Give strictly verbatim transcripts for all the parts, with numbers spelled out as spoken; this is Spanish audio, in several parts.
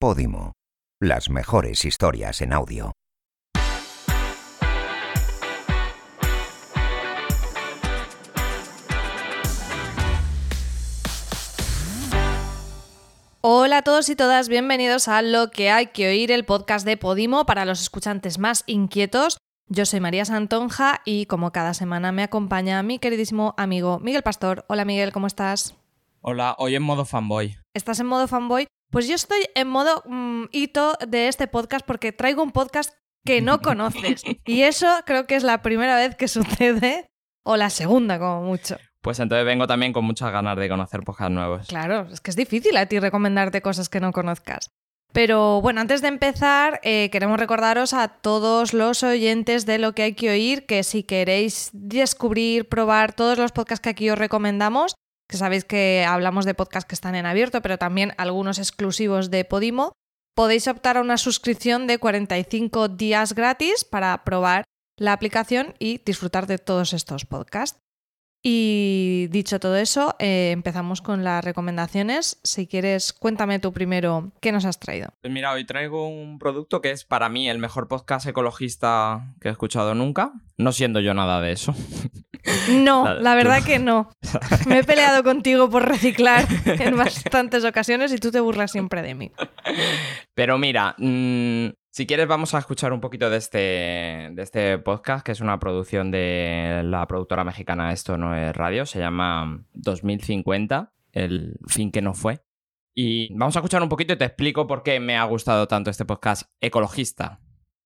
Podimo, las mejores historias en audio. Hola a todos y todas, bienvenidos a Lo que hay que oír, el podcast de Podimo para los escuchantes más inquietos. Yo soy María Santonja y como cada semana me acompaña mi queridísimo amigo Miguel Pastor. Hola Miguel, ¿cómo estás? Hola, hoy en modo fanboy. ¿Estás en modo fanboy? Pues yo estoy en modo mmm, hito de este podcast porque traigo un podcast que no conoces. Y eso creo que es la primera vez que sucede, o la segunda como mucho. Pues entonces vengo también con muchas ganas de conocer podcasts nuevos. Claro, es que es difícil a ti recomendarte cosas que no conozcas. Pero bueno, antes de empezar, eh, queremos recordaros a todos los oyentes de Lo que hay que oír que si queréis descubrir, probar todos los podcasts que aquí os recomendamos, que sabéis que hablamos de podcasts que están en abierto, pero también algunos exclusivos de Podimo, podéis optar a una suscripción de cuarenta y cinco días gratis para probar la aplicación y disfrutar de todos estos podcasts. Y dicho todo eso, eh, empezamos con las recomendaciones. Si quieres, cuéntame tú primero qué nos has traído. Pues mira, hoy traigo un producto que es para mí el mejor podcast ecologista que he escuchado nunca, no siendo yo nada de eso. No, la, la verdad tú... que no. Me he peleado contigo por reciclar en bastantes ocasiones y tú te burlas siempre de mí. Pero mira, mmm, si quieres vamos a escuchar un poquito de este, de este podcast, que es una producción de la productora mexicana Esto No Es Radio. Se llama dos mil cincuenta, el fin que no fue. Y vamos a escuchar un poquito y te explico por qué me ha gustado tanto este podcast ecologista.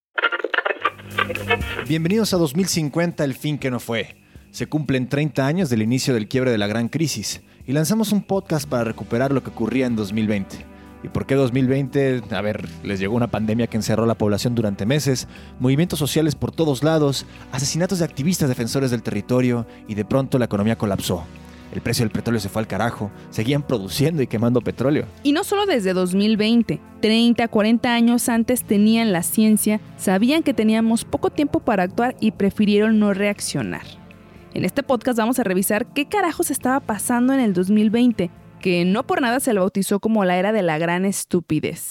Bienvenidos a dos mil cincuenta, el fin que no fue. Se cumplen treinta años del inicio del quiebre de la gran crisis y lanzamos un podcast para recuperar lo que ocurría en dos mil veinte. ¿Y por qué dos mil veinte? A ver, les llegó una pandemia que encerró a la población durante meses, movimientos sociales por todos lados, asesinatos de activistas defensores del territorio y de pronto la economía colapsó. El precio del petróleo se fue al carajo, seguían produciendo y quemando petróleo. Y no solo desde dos mil veinte, treinta, cuarenta años antes tenían la ciencia, sabían que teníamos poco tiempo para actuar y prefirieron no reaccionar. En este podcast vamos a revisar qué carajos estaba pasando en el dos mil veinte, que no por nada se le bautizó como la era de la gran estupidez.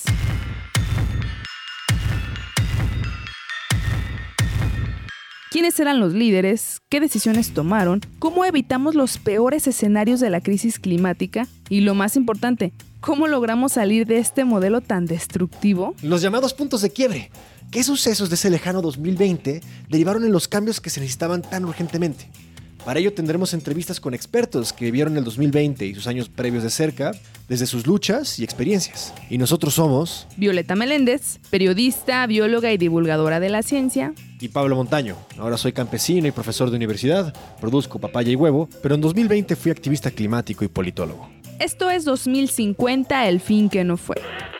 ¿Quiénes eran los líderes? ¿Qué decisiones tomaron? ¿Cómo evitamos los peores escenarios de la crisis climática? Y lo más importante, ¿cómo logramos salir de este modelo tan destructivo? Los llamados puntos de quiebre. ¿Qué sucesos de ese lejano dos mil veinte derivaron en los cambios que se necesitaban tan urgentemente? Para ello tendremos entrevistas con expertos que vivieron el dos mil veinte y sus años previos de cerca, desde sus luchas y experiencias. Y nosotros somos... Violeta Meléndez, periodista, bióloga y divulgadora de la ciencia. Y Pablo Montaño. Ahora soy campesino y profesor de universidad, produzco papaya y huevo, pero en dos mil veinte fui activista climático y politólogo. Esto es dos mil cincuenta, el fin que no fue.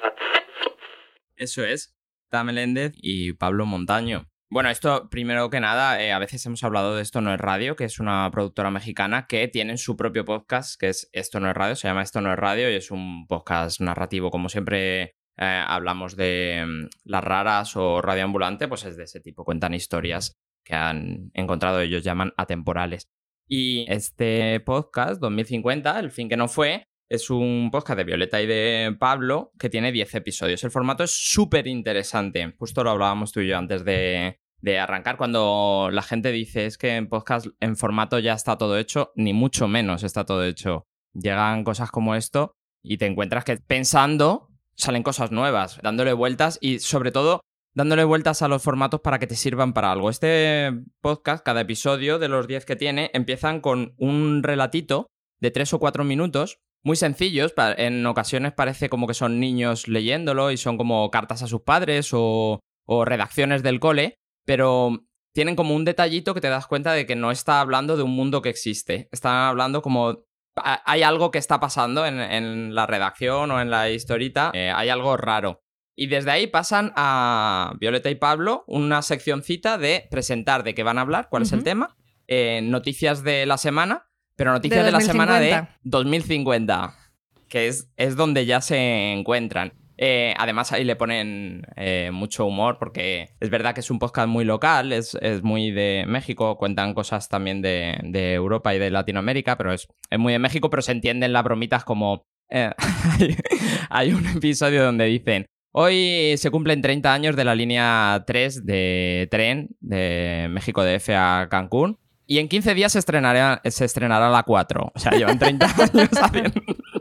Eso es, Violeta Meléndez y Pablo Montaño. Bueno, esto, primero que nada, eh, a veces hemos hablado de Esto No Es Radio, que es una productora mexicana que tiene su propio podcast, que es Esto No Es Radio, se llama Esto No Es Radio y es un podcast narrativo. Como siempre eh, hablamos de um, Las Raras o Radio Ambulante, pues es de ese tipo, cuentan historias que han encontrado, ellos llaman atemporales. Y este podcast, dos mil cincuenta, el fin que no fue, es un podcast de Violeta y de Pablo que tiene diez episodios. El formato es súper interesante. Justo lo hablábamos tú y yo antes de, de arrancar. Cuando la gente dice es que en podcast en formato ya está todo hecho, ni mucho menos está todo hecho. Llegan cosas como esto y te encuentras que pensando salen cosas nuevas, dándole vueltas y sobre todo dándole vueltas a los formatos para que te sirvan para algo. Este podcast, cada episodio de los diez que tiene, empiezan con un relatito de tres o cuatro minutos muy sencillos, en ocasiones parece como que son niños leyéndolo y son como cartas a sus padres o, o redacciones del cole, pero tienen como un detallito que te das cuenta de que no está hablando de un mundo que existe, está hablando como hay algo que está pasando en, en la redacción o en la historieta, eh, hay algo raro. Y desde ahí pasan a Violeta y Pablo una seccioncita de presentar de qué van a hablar, cuál uh-huh. es el tema, eh, noticias de la semana, pero noticias de, de la semana de dos mil cincuenta, que es, es donde ya se encuentran. Eh, además ahí le ponen eh, mucho humor porque es verdad que es un podcast muy local, es, es muy de México, cuentan cosas también de, de Europa y de Latinoamérica, pero es, es muy de México, pero se entienden las bromitas como... Eh, hay, hay un episodio donde dicen Hoy se cumplen treinta años de la línea tres de tren de México D F a Cancún y en quince días se estrenará, se estrenará la cuatro. O sea, llevan treinta años haciendo...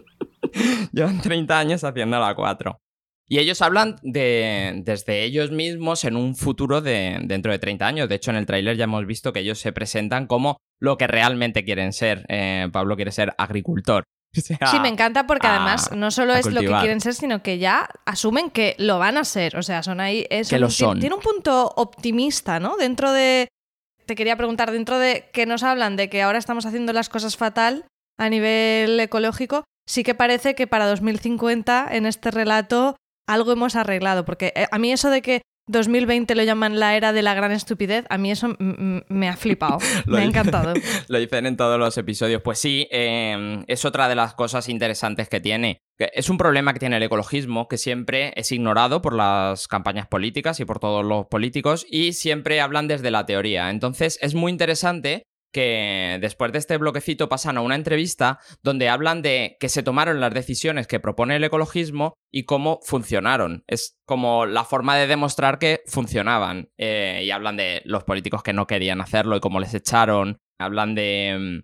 llevan treinta años haciendo la cuatro. Y ellos hablan de, desde ellos mismos en un futuro de dentro de treinta años. De hecho, en el tráiler ya hemos visto que ellos se presentan como lo que realmente quieren ser. Eh, Pablo quiere ser agricultor. O sea, sí, me encanta porque a, además no solo es cultivar. lo que quieren ser, sino que ya asumen que lo van a ser. O sea, son ahí... Es que un, lo son. Tiene un punto optimista, ¿no? Dentro de... Te quería preguntar, dentro de que nos hablan de que ahora estamos haciendo las cosas fatal a nivel ecológico, sí que parece que para dos mil cincuenta en este relato algo hemos arreglado, porque a mí eso de que dos mil veinte lo llaman la era de la gran estupidez, a mí eso m- me ha flipado, me ha encantado. Lo dicen en todos los episodios. Pues sí, eh, es otra de las cosas interesantes que tiene. Es un problema que tiene el ecologismo, que siempre es ignorado por las campañas políticas y por todos los políticos, y siempre hablan desde la teoría. Entonces es muy interesante que después de este bloquecito pasan a una entrevista donde hablan de que se tomaron las decisiones que propone el ecologismo y cómo funcionaron. Es como la forma de demostrar que funcionaban. Eh, y hablan de los políticos que no querían hacerlo y cómo les echaron. Hablan de...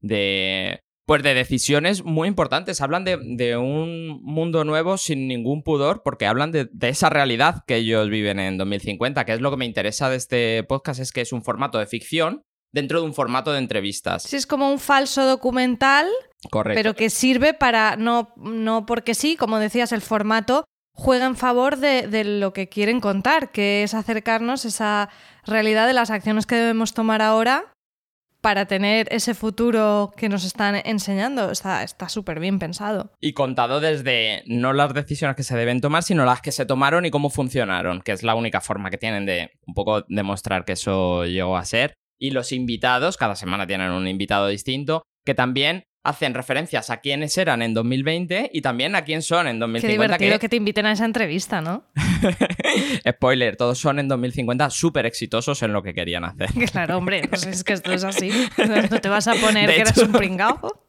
de pues de decisiones muy importantes. Hablan de, de un mundo nuevo sin ningún pudor porque hablan de, de esa realidad que ellos viven en dos mil cincuenta, que es lo que me interesa de este podcast, es que es un formato de ficción dentro de un formato de entrevistas. Sí, es como un falso documental, correcto, pero que sirve para, no, no porque sí, como decías, el formato juega en favor de, de lo que quieren contar, que es acercarnos a esa realidad de las acciones que debemos tomar ahora para tener ese futuro que nos están enseñando. Está súper bien pensado. Y contado desde no las decisiones que se deben tomar, sino las que se tomaron y cómo funcionaron, que es la única forma que tienen de un poco demostrar que eso llegó a ser. Y los invitados, cada semana tienen un invitado distinto, que también hacen referencias a quiénes eran en dos mil veinte y también a quién son en dos mil cincuenta. Qué divertido que... que te inviten a esa entrevista, ¿no? Spoiler, todos son en dos mil cincuenta súper exitosos en lo que querían hacer. Claro, hombre, pues es que esto es así. No te vas a poner De que hecho... eres un pringao.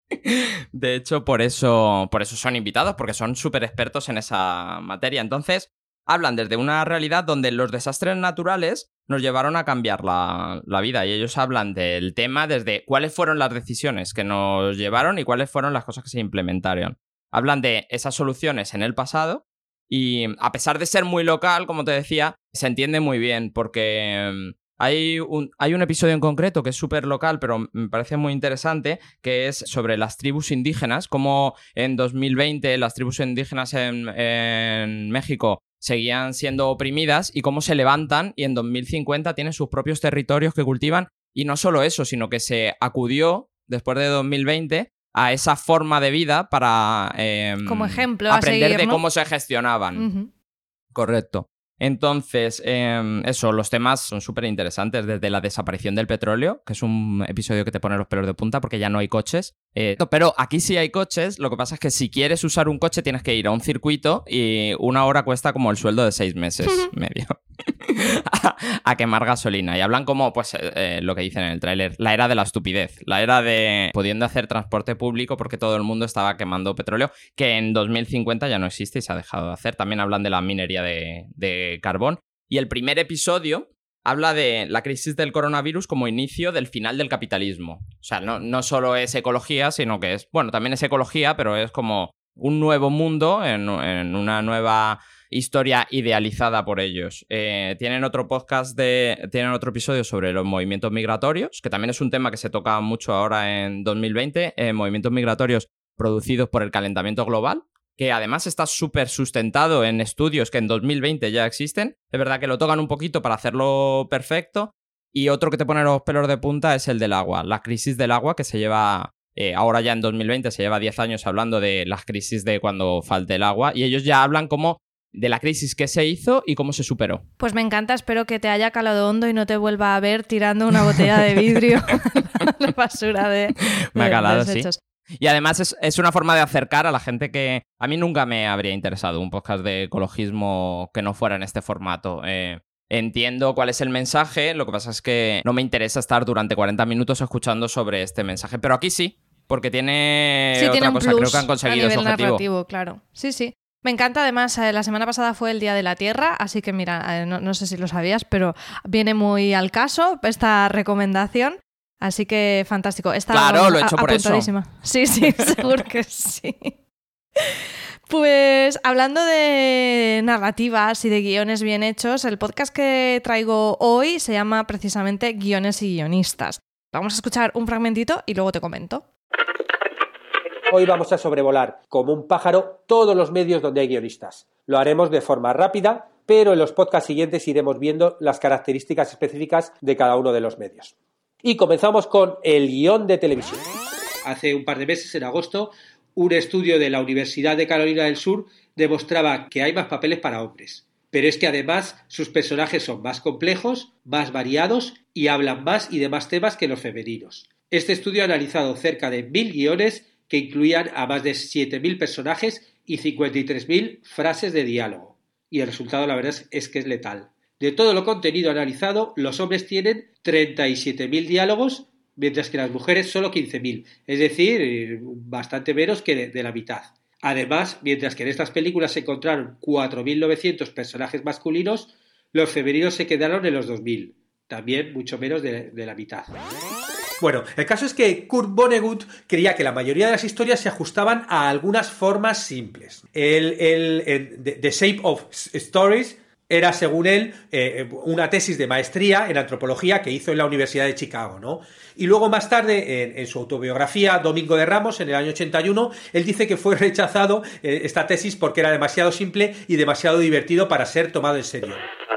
De hecho, por eso, por eso son invitados, porque son súper expertos en esa materia. Entonces, hablan desde una realidad donde los desastres naturales nos llevaron a cambiar la, la vida, y ellos hablan del tema desde cuáles fueron las decisiones que nos llevaron y cuáles fueron las cosas que se implementaron. Hablan de esas soluciones en el pasado y a pesar de ser muy local, como te decía, se entiende muy bien porque hay un, hay un episodio en concreto que es súper local, pero me parece muy interesante, que es sobre las tribus indígenas, cómo en dos mil veinte las tribus indígenas en, en México seguían siendo oprimidas y cómo se levantan y en dos mil cincuenta tienen sus propios territorios que cultivan. Y no solo eso, sino que se acudió después de dos mil veinte a esa forma de vida para eh, como ejemplo, aprender a seguir, de ¿no? cómo se gestionaban. Uh-huh. Correcto. Entonces, eh, eso, los temas son súper interesantes, desde la desaparición del petróleo, que es un episodio que te pone los pelos de punta porque ya no hay coches. Eh, pero aquí sí hay coches, lo que pasa es que si quieres usar un coche tienes que ir a un circuito y una hora cuesta como el sueldo de seis meses medio a, a quemar gasolina. Y hablan como, pues, eh, lo que dicen en el tráiler, la era de la estupidez, la era de pudiendo hacer transporte público porque todo el mundo estaba quemando petróleo, que en dos mil cincuenta ya no existe y se ha dejado de hacer. También hablan de la minería de, de carbón. Y el primer episodio habla de la crisis del coronavirus como inicio del final del capitalismo. O sea, no, no solo es ecología, sino que es... Bueno, también es ecología, pero es como un nuevo mundo en, en una nueva historia idealizada por ellos. Eh, tienen otro podcast de... Tienen otro episodio sobre los movimientos migratorios, que también es un tema que se toca mucho ahora en dos mil veinte. Eh, movimientos migratorios producidos por el calentamiento global, que además está súper sustentado en estudios que en dos mil veinte ya existen. Es verdad que lo tocan un poquito para hacerlo perfecto. Y otro que te pone los pelos de punta es el del agua. La crisis del agua, que se lleva, eh, ahora ya en dos mil veinte, se lleva diez años hablando de las crisis de cuando falte el agua. Y ellos ya hablan como de la crisis que se hizo y cómo se superó. Pues me encanta, espero que te haya calado hondo y no te vuelva a ver tirando una botella de vidrio a la basura de, de Me ha calado, desechos. Sí. Y además es, es una forma de acercar a la gente que a mí nunca me habría interesado un podcast de ecologismo que no fuera en este formato. Eh, entiendo cuál es el mensaje, lo que pasa es que no me interesa estar durante cuarenta minutos escuchando sobre este mensaje, pero aquí sí, porque tiene sí, otra tiene un cosa, plus creo que han conseguido a nivel su objetivo. narrativo, claro. Sí, sí. Me encanta, además, eh, la semana pasada fue el Día de la Tierra, así que mira, eh, no, no sé si lo sabías, pero viene muy al caso esta recomendación, así que fantástico. Está, claro, vamos, lo he hecho a, por eso. Sí, sí, seguro que sí. Pues hablando de narrativas y de guiones bien hechos, el podcast que traigo hoy se llama precisamente Guiones y Guionistas. Vamos a escuchar un fragmentito y luego te comento. Hoy vamos a sobrevolar como un pájaro todos los medios donde hay guionistas. Lo haremos de forma rápida, pero en los podcasts siguientes iremos viendo las características específicas de cada uno de los medios. Y comenzamos con el guión de televisión. Hace un par de meses, en agosto, un estudio de la Universidad de Carolina del Sur demostraba que hay más papeles para hombres. Pero es que además sus personajes son más complejos, más variados y hablan más y de más temas que los femeninos. Este estudio ha analizado cerca de mil guiones que incluían a más de siete mil personajes y cincuenta y tres mil frases de diálogo. Y el resultado, la verdad, es, es que es letal. De todo lo contenido analizado, los hombres tienen treinta y siete mil diálogos, mientras que las mujeres solo quince mil, es decir, bastante menos que de, de la mitad. Además, mientras que en estas películas se encontraron cuatro mil novecientos personajes masculinos, los femeninos se quedaron en los dos mil, también mucho menos de, de la mitad. Bueno, el caso es que Kurt Vonnegut creía que la mayoría de las historias se ajustaban a algunas formas simples. El, el, el The Shape of Stories era, según él, eh, una tesis de maestría en antropología que hizo en la Universidad de Chicago, ¿no? Y luego más tarde, en, en su autobiografía Domingo de Ramos, en el año ochenta y uno, él dice que fue rechazado eh, esta tesis porque era demasiado simple y demasiado divertido para ser tomado en serio.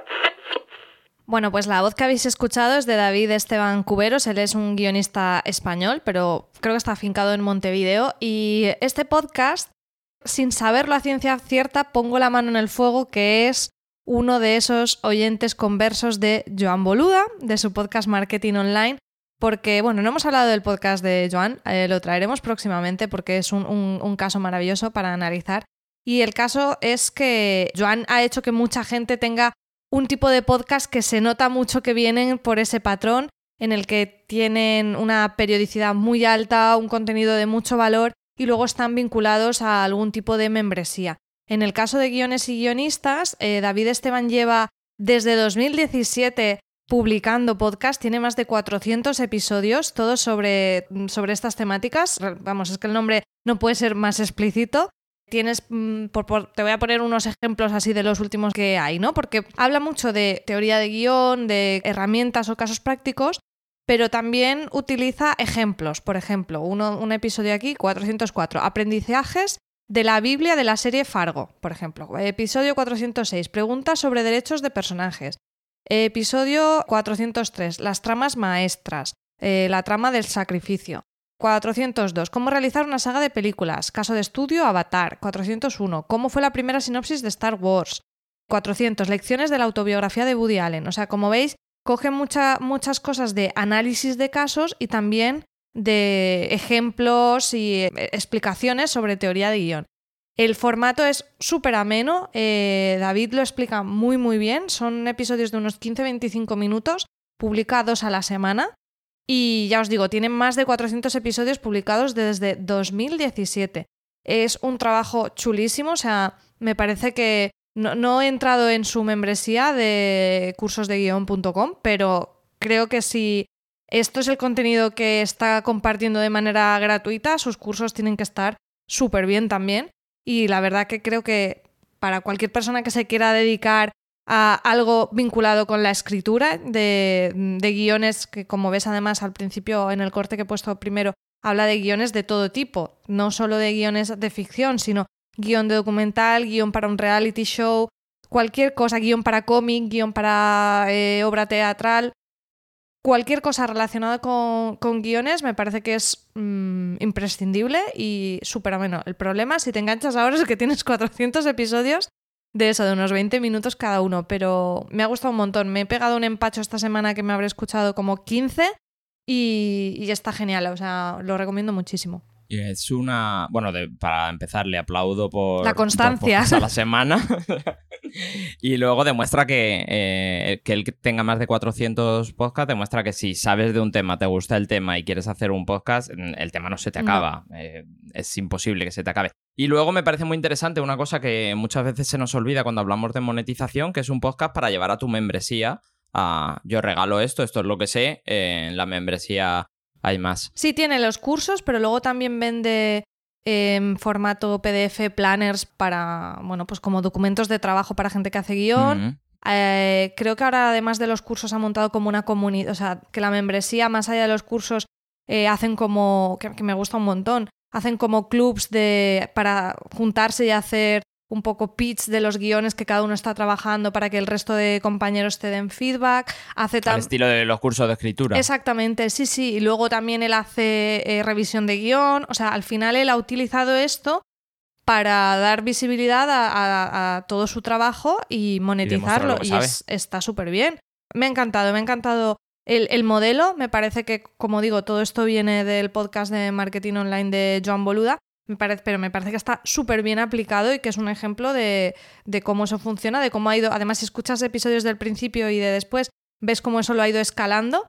Bueno, pues la voz que habéis escuchado es de David Esteban Cuberos. Él es un guionista español, pero creo que está afincado en Montevideo. Y este podcast, sin saberlo a ciencia cierta, pongo la mano en el fuego, que es uno de esos oyentes conversos de Joan Boluda, de su podcast Marketing Online, porque, bueno, no hemos hablado del podcast de Joan, eh, lo traeremos próximamente porque es un, un, un caso maravilloso para analizar. Y el caso es que Joan ha hecho que mucha gente tenga un tipo de podcast que se nota mucho que vienen por ese patrón, en el que tienen una periodicidad muy alta, un contenido de mucho valor y luego están vinculados a algún tipo de membresía. En el caso de Guiones y Guionistas, eh, David Esteban lleva desde dos mil diecisiete publicando podcast, tiene más de cuatrocientos episodios, todos sobre, sobre estas temáticas. Vamos, es que el nombre no puede ser más explícito. Tienes, por, por, te voy a poner unos ejemplos así de los últimos que hay, ¿no? Porque habla mucho de teoría de guión, de herramientas o casos prácticos, pero también utiliza ejemplos. Por ejemplo, uno, un episodio aquí, cuatrocientos cuatro, aprendizajes de la Biblia de la serie Fargo, por ejemplo. Episodio cuatrocientos seis, preguntas sobre derechos de personajes. Episodio cuatrocientos tres, las tramas maestras, eh, la trama del sacrificio. cuatrocientos dos. Cómo realizar una saga de películas. Caso de estudio, Avatar. cuatrocientos uno. Cómo fue la primera sinopsis de Star Wars. cuatrocientos. Lecciones de la autobiografía de Woody Allen. O sea, como veis, coge mucha, muchas cosas de análisis de casos y también de ejemplos y explicaciones sobre teoría de guión. El formato es súper ameno. Eh, David lo explica muy, muy bien. Son episodios de unos quince a veinticinco minutos, publicados a la semana. Y ya os digo, tienen más de cuatrocientos episodios publicados desde dos mil diecisiete. Es un trabajo chulísimo, o sea, me parece que no, no he entrado en su membresía de cursos de guión punto com, pero creo que si esto es el contenido que está compartiendo de manera gratuita, sus cursos tienen que estar súper bien también. Y la verdad que creo que para cualquier persona que se quiera dedicar a algo vinculado con la escritura de, de guiones, que como ves además al principio en el corte que he puesto primero, habla de guiones de todo tipo, no solo de guiones de ficción, sino guión de documental, guión para un reality show, cualquier cosa, guión para cómic, guión para eh, obra teatral, cualquier cosa relacionada con, con guiones me parece que es mmm, imprescindible y súper ameno. El problema, si te enganchas ahora, es que tienes cuatrocientos episodios de eso, de unos veinte minutos cada uno, pero me ha gustado un montón. Me he pegado un empacho esta semana que me habré escuchado como quince y, y está genial, o sea, lo recomiendo muchísimo. Y es una... Bueno, de, para empezar, le aplaudo por... La constancia. Por, por a la semana. Y luego demuestra que, eh, que él tenga más de cuatrocientos podcasts, demuestra que si sabes de un tema, te gusta el tema y quieres hacer un podcast, el tema no se te acaba. No. Eh, es imposible que se te acabe. Y luego me parece muy interesante una cosa que muchas veces se nos olvida cuando hablamos de monetización, que es un podcast para llevar a tu membresía a yo regalo esto, esto es lo que sé, eh, en la membresía hay más. Sí, tiene los cursos, pero luego también vende en formato P D F planners para, bueno, pues como documentos de trabajo para gente que hace guión. Uh-huh. Eh, creo que ahora, además de los cursos, ha montado como una comunidad, o sea, que la membresía, más allá de los cursos, eh, hacen como, que, que me gusta un montón, hacen como clubs de, para juntarse y hacer un poco pitch de los guiones que cada uno está trabajando para que el resto de compañeros te den feedback. Hace tam- Al estilo de los cursos de escritura. Exactamente, sí, sí. Y luego también él hace eh, revisión de guión. O sea, al final él ha utilizado esto para dar visibilidad a, a, a todo su trabajo y monetizarlo. Y, y es, está súper bien. Me ha encantado, me ha encantado el, el modelo. Me parece que, como digo, todo esto viene del podcast de marketing online de Joan Boluda. Me parece, pero me parece que está súper bien aplicado y que es un ejemplo de, de cómo eso funciona, de cómo ha ido. Además, si escuchas episodios del principio y de después, ves cómo eso lo ha ido escalando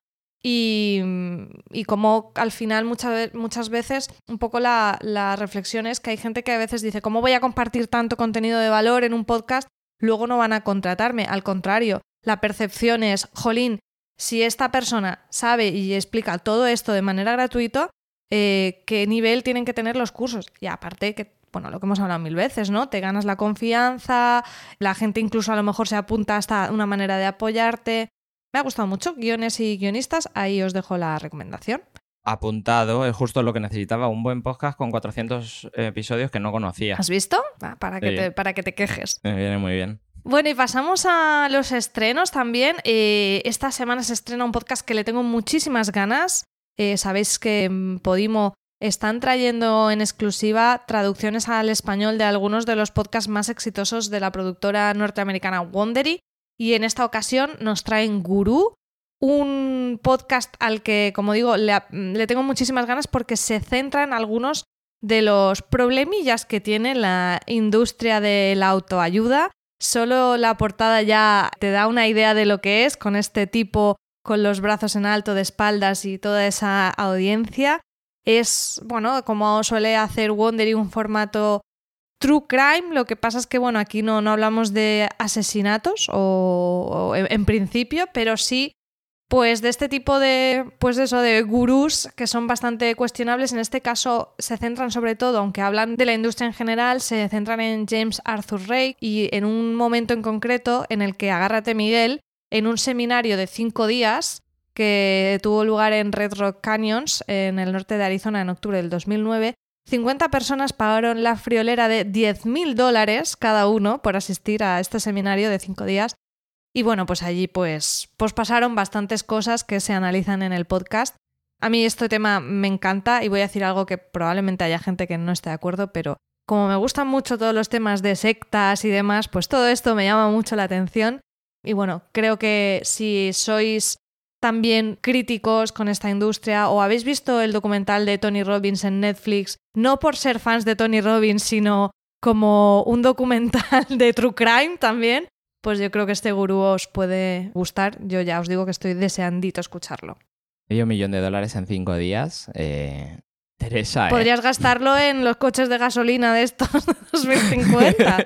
y, y cómo al final muchas, muchas veces un poco la, la reflexión es que hay gente que a veces dice, ¿cómo voy a compartir tanto contenido de valor en un podcast? Luego no van a contratarme. Al contrario, la percepción es, jolín, si esta persona sabe y explica todo esto de manera gratuita, Eh, qué nivel tienen que tener los cursos. Y aparte que, bueno, lo que hemos hablado mil veces, ¿no? Te ganas la confianza, la gente incluso a lo mejor se apunta hasta una manera de apoyarte. Me ha gustado mucho, guiones y guionistas, ahí os dejo la recomendación. Apuntado, es justo lo que necesitaba, un buen podcast con cuatrocientos episodios que no conocía. ¿Has visto? Ah, para, que sí. te, para que te quejes. Me viene muy bien. Bueno, y pasamos a los estrenos también. Eh, esta semana se estrena un podcast que le tengo muchísimas ganas. Eh, sabéis que en Podimo están trayendo en exclusiva traducciones al español de algunos de los podcasts más exitosos de la productora norteamericana Wondery, y en esta ocasión nos traen Gurú, un podcast al que, como digo, le, le tengo muchísimas ganas porque se centra en algunos de los problemillas que tiene la industria de la autoayuda. Solo la portada ya te da una idea de lo que es, con este tipo con los brazos en alto de espaldas y toda esa audiencia. Es, bueno, como suele hacer Wondery, un formato true crime. Lo que pasa es que, bueno, aquí no, no hablamos de asesinatos o, o en, en principio, pero sí pues de este tipo de, pues de eso, de gurús que son bastante cuestionables. En este caso se centran sobre todo, aunque hablan de la industria en general, se centran en James Arthur Ray y en un momento en concreto en el que, agárrate Miguel, en un seminario de cinco días que tuvo lugar en Red Rock Canyons, en el norte de Arizona, en octubre del dos mil nueve, cincuenta personas pagaron la friolera de diez mil dólares cada uno por asistir a este seminario de cinco días. Y bueno, pues allí pues, pues pasaron bastantes cosas que se analizan en el podcast. A mí este tema me encanta y voy a decir algo que probablemente haya gente que no esté de acuerdo, pero como me gustan mucho todos los temas de sectas y demás, pues todo esto me llama mucho la atención. Y bueno, creo que si sois también críticos con esta industria o habéis visto el documental de Tony Robbins en Netflix, no por ser fans de Tony Robbins, sino como un documental de true crime también, pues yo creo que este gurú os puede gustar. Yo ya os digo que estoy deseandito escucharlo. Medio millón de dólares en cinco días. Eh, Teresa, ¿eh? Podrías gastarlo en los coches de gasolina de estos de dos mil cincuenta.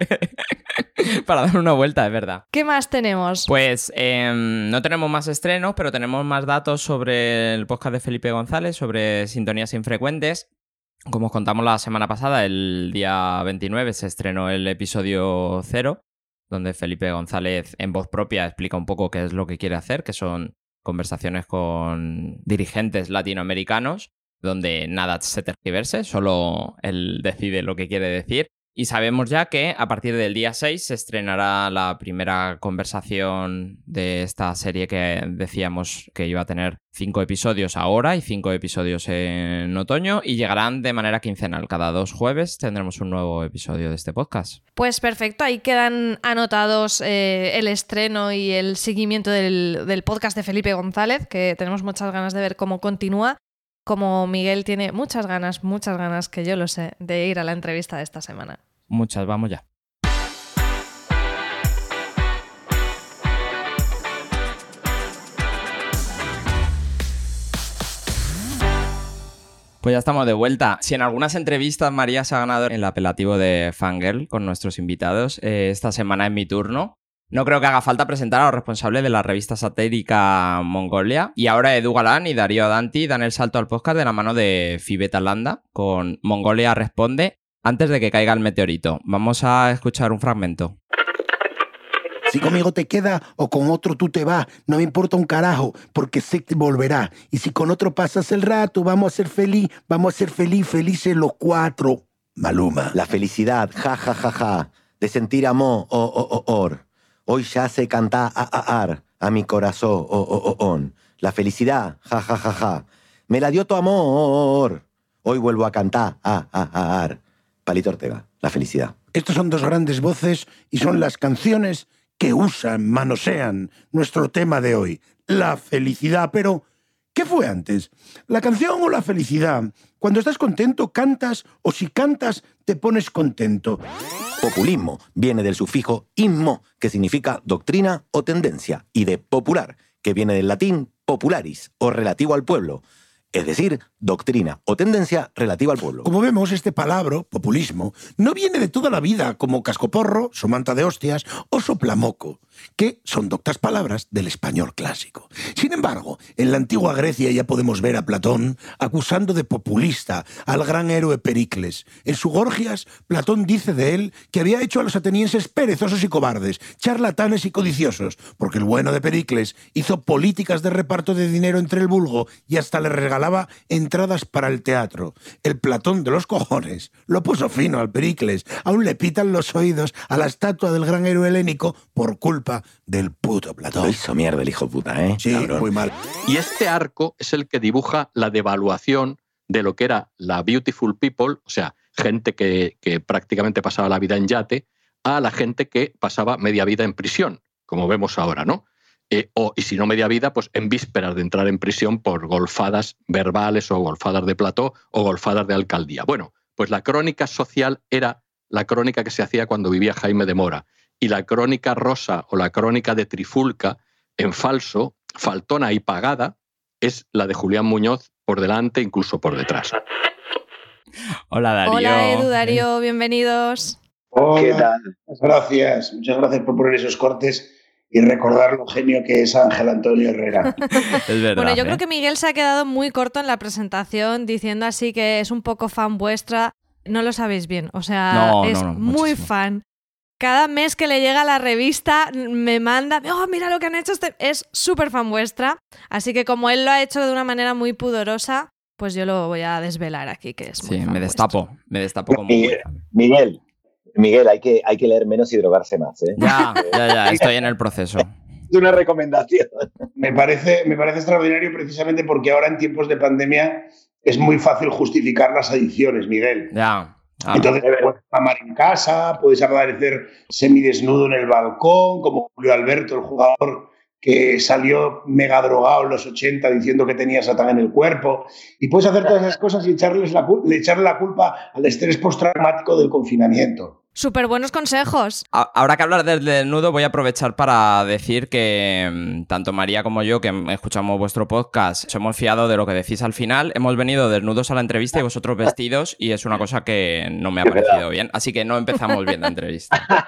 Para dar una vuelta, es verdad. ¿Qué más tenemos? Pues eh, no tenemos más estrenos, pero tenemos más datos sobre el podcast de Felipe González, sobre sintonías infrecuentes. Como os contamos la semana pasada, el día veintinueve se estrenó el episodio cero, donde Felipe González en voz propia explica un poco qué es lo que quiere hacer, que son conversaciones con dirigentes latinoamericanos, donde nada se tergiverse, solo él decide lo que quiere decir. Y sabemos ya que a partir del día seis se estrenará la primera conversación de esta serie que decíamos que iba a tener cinco episodios ahora y cinco episodios en otoño, y llegarán de manera quincenal. Cada dos jueves tendremos un nuevo episodio de este podcast. Pues perfecto, ahí quedan anotados eh, el estreno y el seguimiento del, del podcast de Felipe González, que tenemos muchas ganas de ver cómo continúa. Como Miguel tiene muchas ganas, muchas ganas, que yo lo sé, de ir a la entrevista de esta semana. Muchas, vamos ya. Pues ya estamos de vuelta. Si en algunas entrevistas María se ha ganado el apelativo de fangirl con nuestros invitados, eh, esta semana es mi turno. No creo que haga falta presentar a los responsables de la revista satírica Mongolia. Y ahora Edu Galán y Darío Danti dan el salto al podcast de la mano de Fibeta Landa con Mongolia Responde antes de que caiga el meteorito. Vamos a escuchar un fragmento. Si conmigo te quedas o con otro tú te vas, no me importa un carajo, porque sé que volverá. Y si con otro pasas el rato, vamos a ser feliz, vamos a ser feliz, felices los cuatro. Maluma. La felicidad, ja, ja, ja, ja, de sentir amor, o, o, o, or. Hoy ya se canta a, a, ar, a mi corazón, o, o, o, on. La felicidad, ja, ja, ja, ja, me la dio tu amor. Hoy vuelvo a cantar a, a, a, ar. Palito Ortega, la felicidad. Estos son dos grandes voces y son las canciones que usan, manosean nuestro tema de hoy, la felicidad. Pero, ¿qué fue antes? ¿La canción o la felicidad? Cuando estás contento, cantas, o si cantas, te pones contento. Populismo viene del sufijo ismo, que significa doctrina o tendencia, y de popular, que viene del latín popularis, o relativo al pueblo. Es decir, doctrina o tendencia relativa al pueblo. Como vemos, este palabra, populismo, no viene de toda la vida como cascoporro, somanta de hostias o soplamoco, que son doctas palabras del español clásico. Sin embargo, en la antigua Grecia ya podemos ver a Platón acusando de populista al gran héroe Pericles. En su Gorgias, Platón dice de él que había hecho a los atenienses perezosos y cobardes, charlatanes y codiciosos, porque el bueno de Pericles hizo políticas de reparto de dinero entre el vulgo y hasta le regalaba entradas para el teatro. El Platón de los cojones lo puso fino al Pericles. Aún le pitan los oídos a la estatua del gran héroe helénico por culpa del puto Platón. Lo hizo mierda el hijo de puta, ¿eh? Sí, cabrón. Muy mal. Y este arco es el que dibuja la devaluación de lo que era la beautiful people, o sea, gente que, que prácticamente pasaba la vida en yate, a la gente que pasaba media vida en prisión, como vemos ahora, ¿no? Eh, o, y si no media vida, pues en vísperas de entrar en prisión por golfadas verbales o golfadas de plató o golfadas de alcaldía. Bueno, pues la crónica social era la crónica que se hacía cuando vivía Jaime de Mora. Y la crónica rosa o la crónica de Trifulca, en falso, faltona y pagada, es la de Julián Muñoz por delante, incluso por detrás. Hola, Darío. Hola, Edu, Darío, bienvenidos. Hola. ¿Qué tal? Muchas gracias. Muchas gracias por poner esos cortes y recordar lo genio que es Ángel Antonio Herrera. Es verdad, bueno, yo ¿eh? creo que Miguel se ha quedado muy corto en la presentación diciendo así que es un poco fan vuestra. No lo sabéis bien, o sea, No, es no, no, muy muchísimo. fan. Cada mes que le llega la revista me manda, oh, mira lo que han hecho, este... es súper fan vuestra. Así que como él lo ha hecho de una manera muy pudorosa, pues yo lo voy a desvelar aquí, que es muy Sí, fan me destapo, vuestro. me destapo como Miguel, Miguel, Miguel, hay que, hay que leer menos y drogarse más, ¿eh? Ya, ya, ya, estoy en el proceso. Es una recomendación. Me parece, me parece extraordinario precisamente porque ahora en tiempos de pandemia es muy fácil justificar las adicciones, Miguel. Ya. Ah, Entonces puedes mamar en casa, puedes aparecer semidesnudo en el balcón, como Julio Alberto, el jugador que salió mega drogado en los ochenta diciendo que tenía Satán en el cuerpo. Y puedes hacer todas esas cosas y echarles la, echarle la culpa al estrés postraumático del confinamiento. Súper buenos consejos. a- ahora que hablar del desnudo, voy a aprovechar para decir que mm, tanto María como yo, que escuchamos vuestro podcast, nos hemos fiado de lo que decís al final. Hemos venido desnudos a la entrevista y vosotros vestidos, y es una cosa que no me ha parecido bien. Así que no empezamos bien la entrevista.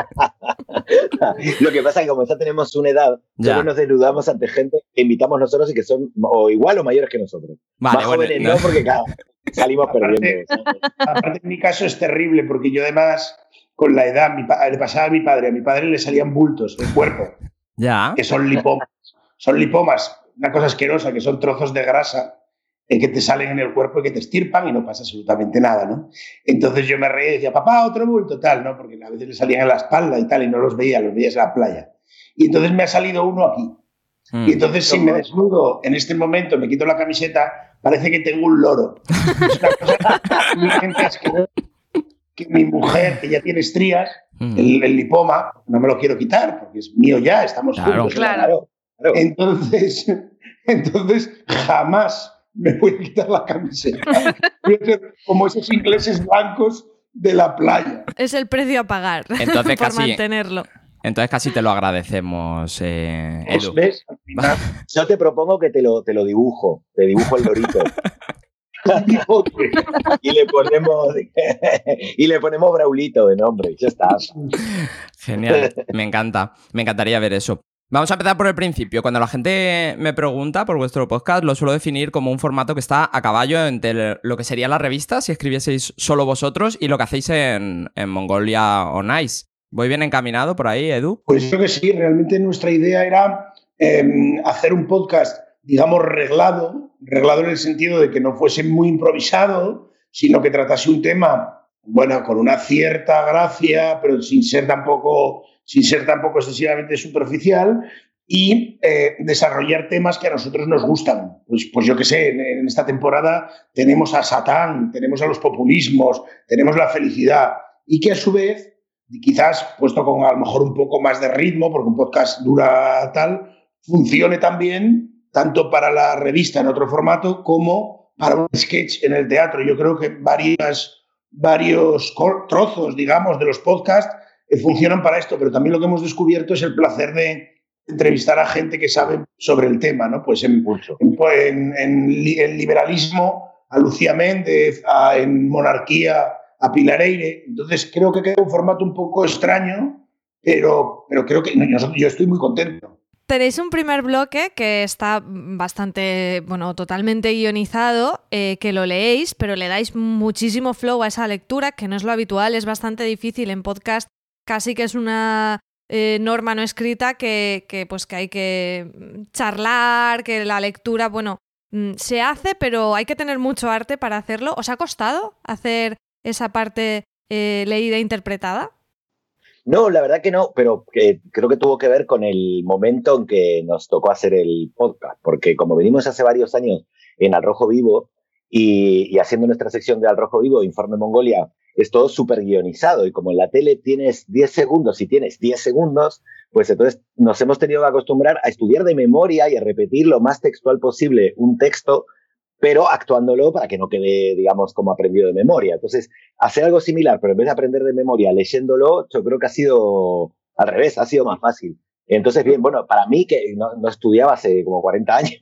Lo que pasa es que como ya tenemos una edad, Ya. solo nos desnudamos ante gente que invitamos nosotros y que son o igual o mayores que nosotros. Vale, Más bueno, jóvenes no. no, porque claro, salimos perdiendo. Aparte, aparte, en mi caso es terrible porque yo además, con la edad, mi pa- le pasaba a mi padre, a mi padre le salían bultos del cuerpo, Ya. que son lipomas. Son lipomas, una cosa asquerosa, que son trozos de grasa eh, que te salen en el cuerpo y que te estirpan y no pasa absolutamente nada, ¿no? Entonces yo me reía y decía, papá, otro bulto, tal, ¿no? Porque a veces le salían en la espalda y tal y no los veía, los veías en la playa. Y entonces me ha salido uno aquí. Mm. Y entonces si me desnudo en este momento, me quito la camiseta, parece que tengo un loro. Es una cosa absolutamente asquerosa. Que mi mujer, que ya tiene estrías, Mm. el, el lipoma, no me lo quiero quitar porque es mío ya, estamos Claro. juntos. Claro. Claro. Entonces, entonces jamás me voy a quitar la camiseta. Voy a ser como esos ingleses blancos de la playa. Es el precio a pagar Entonces por casi- mantenerlo. Entonces casi te lo agradecemos, eh, Edu. ¿Ves? Al final, Yo te propongo que te lo, te lo dibujo, te dibujo el lorito. y le ponemos y le ponemos Braulito de nombre, ya está. Genial, me encanta, me encantaría ver eso. Vamos a empezar por el principio. Cuando la gente me pregunta por vuestro podcast, lo suelo definir como un formato que está a caballo entre lo que sería la revista, si escribieseis solo vosotros, y lo que hacéis en, en Mongolia on Ice. ¿Voy bien encaminado por ahí, Edu? Pues creo que sí. Realmente nuestra idea era eh, hacer un podcast, digamos, reglado, reglado en el sentido de que no fuese muy improvisado, sino que tratase un tema, bueno, con una cierta gracia, pero sin ser tampoco... sin ser tampoco excesivamente superficial, y eh, desarrollar temas que a nosotros nos gustan. Pues, pues yo qué sé, en, en esta temporada tenemos a Satán, tenemos a los populismos, tenemos la felicidad, y que a su vez, quizás puesto con a lo mejor un poco más de ritmo, porque un podcast dura tal, funcione también tanto para la revista en otro formato como para un sketch en el teatro. Yo creo que varias, varios trozos, digamos, de los podcasts funcionan para esto, pero también lo que hemos descubierto es el placer de entrevistar a gente que sabe sobre el tema, ¿no? Pues en, en, en, en liberalismo a Lucía Méndez, a, en monarquía a Pilar Eire. Entonces creo que queda un formato un poco extraño, pero, pero creo que nosotros, yo estoy muy contento. Tenéis un primer bloque que está bastante, bueno, totalmente guionizado, eh, que lo leéis, pero le dais muchísimo flow a esa lectura, que no es lo habitual, es bastante difícil en podcast. Casi que es una eh, norma no escrita que, que, pues, que hay que charlar, que la lectura, bueno, se hace, pero hay que tener mucho arte para hacerlo. ¿Os ha costado hacer esa parte eh, leída e interpretada? No, la verdad que no, pero que creo que tuvo que ver con el momento en que nos tocó hacer el podcast, porque como venimos hace varios años en Al Rojo Vivo y, y haciendo nuestra sección de Al Rojo Vivo, Informe Mongolia, es todo súper guionizado, y como en la tele tienes diez segundos y tienes diez segundos, pues entonces nos hemos tenido que acostumbrar a estudiar de memoria y a repetir lo más textual posible un texto, pero actuándolo para que no quede, digamos, como aprendido de memoria. Entonces, hacer algo similar, pero en vez de aprender de memoria leyéndolo, yo creo que ha sido al revés, ha sido más fácil. Entonces, bien, bueno, para mí, que no, no estudiaba hace como cuarenta años,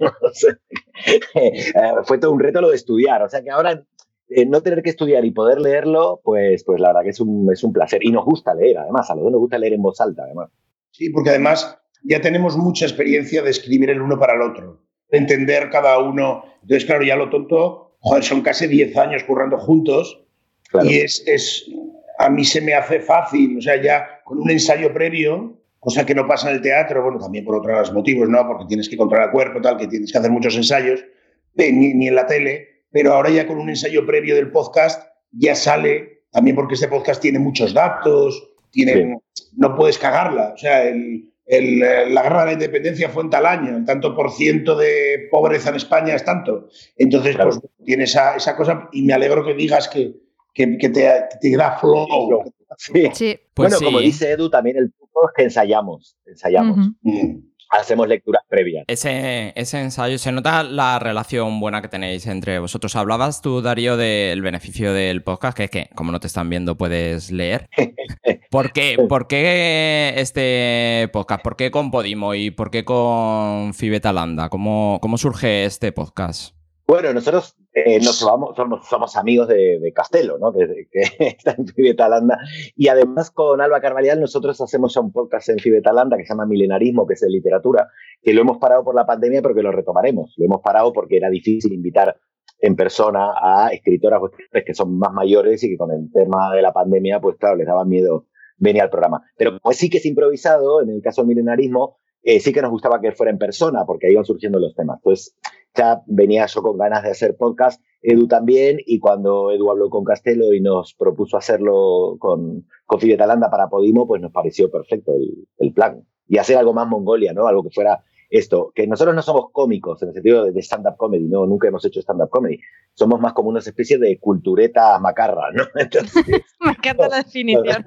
fue todo un reto lo de estudiar. O sea que ahora... Eh, no tener que estudiar y poder leerlo, pues, pues la verdad que es un, es un placer. Y nos gusta leer, además. A los dos nos gusta leer en voz alta, además. Sí, porque además ya tenemos mucha experiencia de escribir el uno para el otro, de entender cada uno. Entonces, claro, ya lo tonto, joder, son casi diez años currando juntos. Claro. Y es, es, a mí se me hace fácil, o sea, ya con un ensayo previo, cosa que no pasa en el teatro, bueno, también por otros motivos, ¿no? Porque tienes que controlar el cuerpo, tal, que tienes que hacer muchos ensayos, ni, ni en la tele. Pero ahora ya con un ensayo previo del podcast ya sale, también porque este podcast tiene muchos datos, tiene, sí. No puedes cagarla. O sea, el, el, la guerra de la independencia fue en tal año, el tanto por ciento de pobreza en España es tanto. Entonces, claro. Pues tiene esa, esa cosa, y me alegro que digas que, que, que te, te da flow. Sí. Sí. Pues bueno, sí. Como dice Edu, también el punto es que ensayamos, ensayamos. Uh-huh. Mm. Hacemos lecturas previas. Ese, ese ensayo, se nota la relación buena que tenéis entre vosotros. Hablabas tú, Darío, del beneficio del podcast, que es que, como no te están viendo, puedes leer. ¿Por qué, ¿Por qué este podcast? ¿Por qué con Podimo y por qué con Fibetalanda? ¿Cómo, cómo surge este podcast? Bueno, nosotros eh, nos somos, somos, somos amigos de, de Castelo, ¿no? Que, que está en Fibetalanda. Y además con Alba Carvallal nosotros hacemos ya un podcast en Fibetalanda que se llama Milenarismo, que es de literatura, que lo hemos parado por la pandemia, pero que lo retomaremos. Lo hemos parado porque era difícil invitar en persona a escritoras o escritores que son más mayores y que con el tema de la pandemia, pues claro, les daba miedo venir al programa. Pero pues sí que es improvisado, en el caso del Milenarismo, eh, sí que nos gustaba que fuera en persona, porque ahí van surgiendo los temas. Pues ya venía yo con ganas de hacer podcast, Edu también, y cuando Edu habló con Castelo y nos propuso hacerlo con, con Fibetalanda para Podimo, pues nos pareció perfecto el, el plan. Y hacer algo más Mongolia, ¿no? Algo que fuera esto, que nosotros no somos cómicos en el sentido de, de stand-up comedy, no, nunca hemos hecho stand-up comedy. Somos más como una especie de cultureta macarra, ¿no? Entonces, me encanta la definición.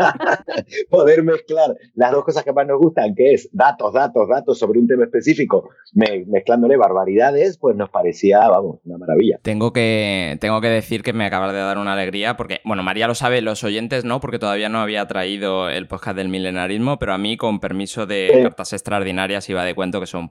Poder mezclar las dos cosas que más nos gustan, que es datos, datos, datos sobre un tema específico, me, mezclándole barbaridades, pues nos parecía, vamos, una maravilla. Tengo que, tengo que decir que me acabas de dar una alegría, porque, bueno, María lo sabe, los oyentes no, porque todavía no había traído el podcast del milenarismo, pero a mí, con permiso de sí. Cartas Extraordinarias, iba de cuento que son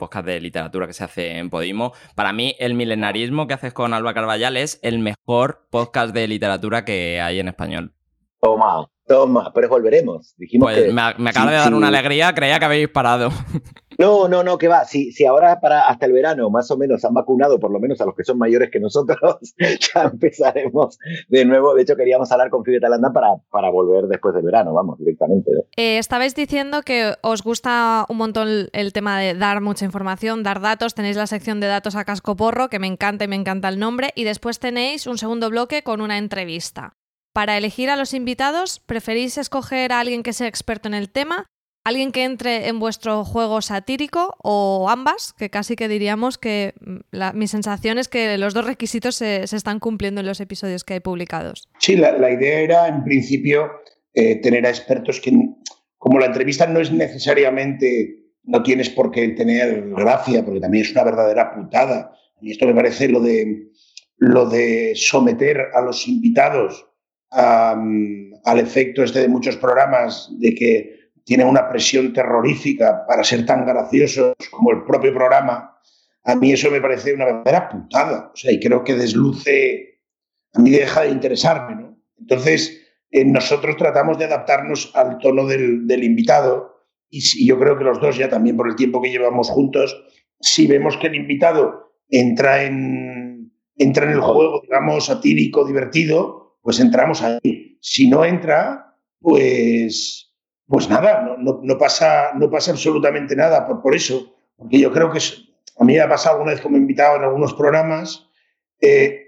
podcast de literatura que se hace en Podimo. Para mí, El Milenarismo que haces con Alba Carballal es el mejor podcast de literatura que hay en español. Toma, toma, pero volveremos. Dijimos pues que, me, me acaba sí, de dar sí. una alegría, creía que habéis parado. No, no, no, que va. Si, si ahora para hasta el verano más o menos han vacunado, por lo menos a los que son mayores que nosotros, ya empezaremos de nuevo. De hecho, queríamos hablar con Fibe Talanda para, para volver después del verano, vamos, directamente, ¿no? Eh, estabais diciendo que os gusta un montón el, el tema de dar mucha información, dar datos. Tenéis la sección de datos a cascoporro, que me encanta y me encanta el nombre. Y después tenéis un segundo bloque con una entrevista. Para elegir a los invitados, ¿preferís escoger a alguien que sea experto en el tema? ¿Alguien que entre en vuestro juego satírico o ambas? Que casi que diríamos que la, mi sensación es que los dos requisitos se, se están cumpliendo en los episodios que hay publicados. Sí, la, la idea era, en principio, eh, tener a expertos que, como la entrevista no es necesariamente, no tienes por qué tener gracia, porque también es una verdadera putada. Y esto me parece lo de, lo de someter a los invitados a, al efecto este de muchos programas de que tienen una presión terrorífica para ser tan graciosos como el propio programa. A mí eso me parece una verdadera putada. O sea, y creo que desluce, a mí deja de interesarme, ¿no? Entonces, eh, nosotros tratamos de adaptarnos al tono del, del invitado y, y yo creo que los dos, ya también por el tiempo que llevamos juntos, si vemos que el invitado entra en, entra en el juego, digamos, satírico, divertido, pues entramos ahí. Si no entra, pues... Pues nada, no, no, no, pasa, no pasa absolutamente nada por, por eso, porque yo creo que es, a mí me ha pasado alguna vez como invitado en algunos programas, eh,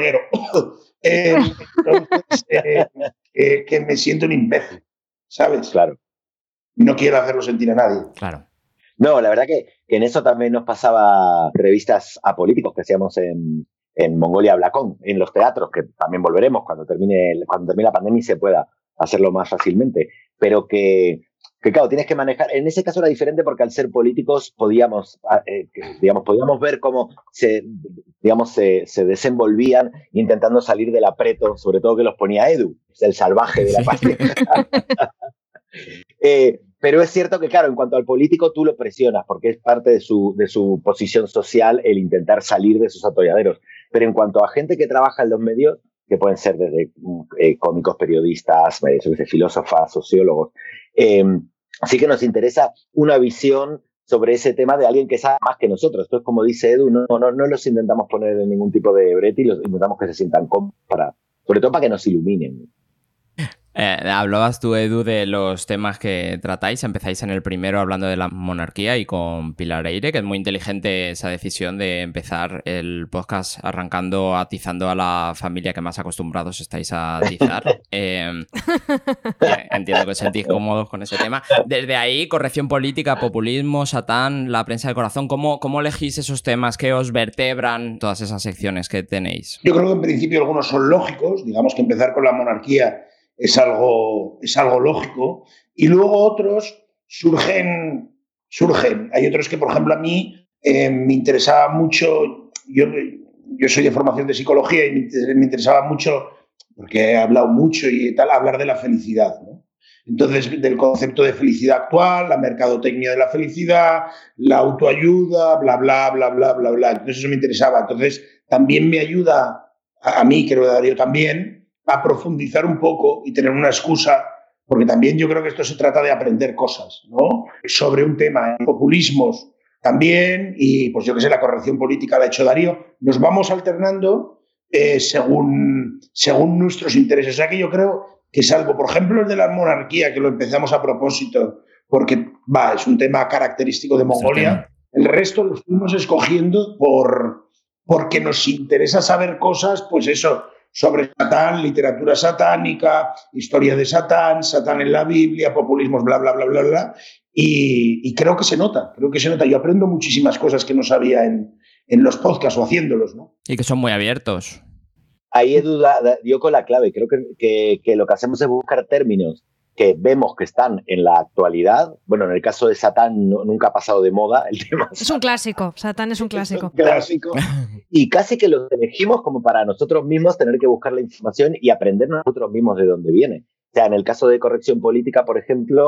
eh, entonces, eh, eh, que me siento un imbécil, ¿sabes? Claro. No quiero hacerlo sentir a nadie. Claro. No, la verdad que, que en eso también nos pasaba revistas a políticos que hacíamos en, en Mongolia Blacón, en los teatros, que también volveremos cuando termine, cuando termine la pandemia y se pueda hacerlo más fácilmente. Pero que, que, claro, tienes que manejar... En ese caso era diferente porque al ser políticos podíamos, eh, digamos, podíamos ver cómo se, digamos, se, se desenvolvían intentando salir del apreto, sobre todo que los ponía Edu, el salvaje de la patria. eh, pero es cierto que, claro, en cuanto al político tú lo presionas porque es parte de su, de su posición social el intentar salir de esos atolladeros. Pero en cuanto a gente que trabaja en los medios, que pueden ser desde eh, cómicos, periodistas, eh, filósofas, sociólogos. Eh, así que nos interesa una visión sobre ese tema de alguien que sabe más que nosotros. Entonces, como dice Edu, no, no, no los intentamos poner en ningún tipo de brete y los intentamos que se sientan cómodos, para, sobre todo para que nos iluminen. Eh, hablabas tú, Edu, de los temas que tratáis. Empezáis en el primero hablando de la monarquía y con Pilar Eire, que es muy inteligente esa decisión de empezar el podcast arrancando atizando a la familia que más acostumbrados estáis a atizar. eh, entiendo que os sentís cómodos con ese tema. Desde ahí, corrección política, populismo, Satán, la prensa del corazón. ¿Cómo, cómo elegís esos temas que os vertebran todas esas secciones que tenéis? Yo creo que en principio algunos son lógicos. Digamos que empezar con la monarquía es algo, es algo lógico, y luego otros surgen, surgen. Hay otros que, por ejemplo, a mí eh, me interesaba mucho, yo, yo soy de formación de psicología y me, me interesaba mucho, porque he hablado mucho y tal, hablar de la felicidad, ¿no? Entonces, del concepto de felicidad actual, la mercadotecnia de la felicidad, la autoayuda, bla, bla, bla, bla, bla, bla. Entonces, eso me interesaba. Entonces, también me ayuda, a, a mí, creo que Darío también, a profundizar un poco y tener una excusa, porque también yo creo que esto se trata de aprender cosas, ¿no? Sobre un tema, populismos también, y pues yo que sé, la corrección política la ha hecho Darío. Nos vamos alternando eh, según, según nuestros intereses. O sea que yo creo que salvo, por ejemplo, el de la monarquía, que lo empezamos a propósito, porque va, es un tema característico de Mongolia, el resto lo fuimos escogiendo por, porque nos interesa saber cosas, pues eso, sobre Satán, literatura satánica, historia de Satán, Satán en la Biblia, populismos, bla, bla, bla, bla, bla. Y, y creo que se nota, creo que se nota. Yo aprendo muchísimas cosas que no sabía en, en los podcasts o haciéndolos, ¿no? Y que son muy abiertos. Ahí Edu da, da, dio con la clave. Creo que, que, que lo que hacemos es buscar términos que vemos que están en la actualidad. Bueno, en el caso de Satán no, nunca ha pasado de moda el tema. Es un clásico, Satán es un clásico. Es un clásico. Y casi que lo elegimos como para nosotros mismos tener que buscar la información y aprender nosotros mismos de dónde viene. O sea, en el caso de corrección política, por ejemplo,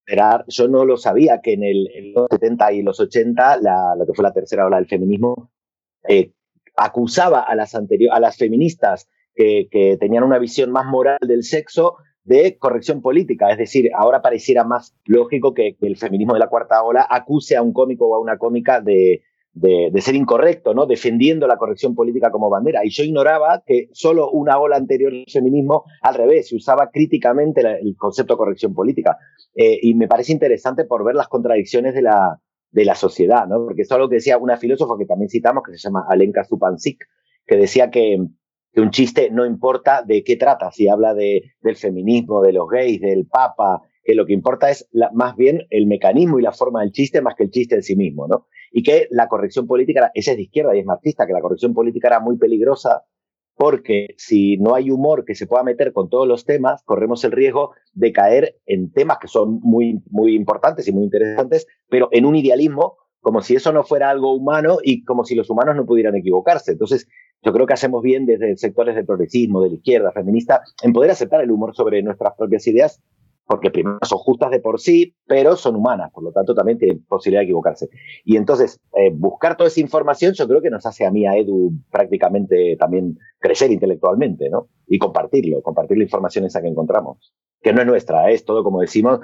Era, yo no lo sabía que en, el, en los setenta y los ochenta, la, lo que fue la tercera ola del feminismo, eh, acusaba a las, anterior, a las feministas que, que tenían una visión más moral del sexo de corrección política. Es decir, ahora pareciera más lógico que, que el feminismo de la cuarta ola acuse a un cómico o a una cómica de, de, de ser incorrecto, ¿no? Defendiendo la corrección política como bandera. Y yo ignoraba que solo una ola anterior del feminismo, al revés, se usaba críticamente la, el concepto de corrección política. Eh, y me parece interesante por ver las contradicciones de la, de la sociedad, ¿no? Porque eso es algo que decía una filósofa que también citamos, que se llama Alenka Supansik, que decía que, que un chiste no importa de qué trata, si habla de, del feminismo, de los gays, del papa, que lo que importa es la, más bien el mecanismo y la forma del chiste más que el chiste en sí mismo, ¿no? Y que la corrección política, esa es de izquierda y es marxista, que la corrección política era muy peligrosa porque si no hay humor que se pueda meter con todos los temas, corremos el riesgo de caer en temas que son muy, muy importantes y muy interesantes, pero en un idealismo, como si eso no fuera algo humano y como si los humanos no pudieran equivocarse. Entonces, yo creo que hacemos bien desde sectores del progresismo, de la izquierda, feminista, en poder aceptar el humor sobre nuestras propias ideas, porque primero son justas de por sí, pero son humanas, por lo tanto también tienen posibilidad de equivocarse. Y entonces, eh, buscar toda esa información yo creo que nos hace a mí, a Edu, prácticamente también crecer intelectualmente, ¿no? Y compartirlo, compartir la información esa que encontramos. Que no es nuestra, ¿eh? Es todo, como decimos,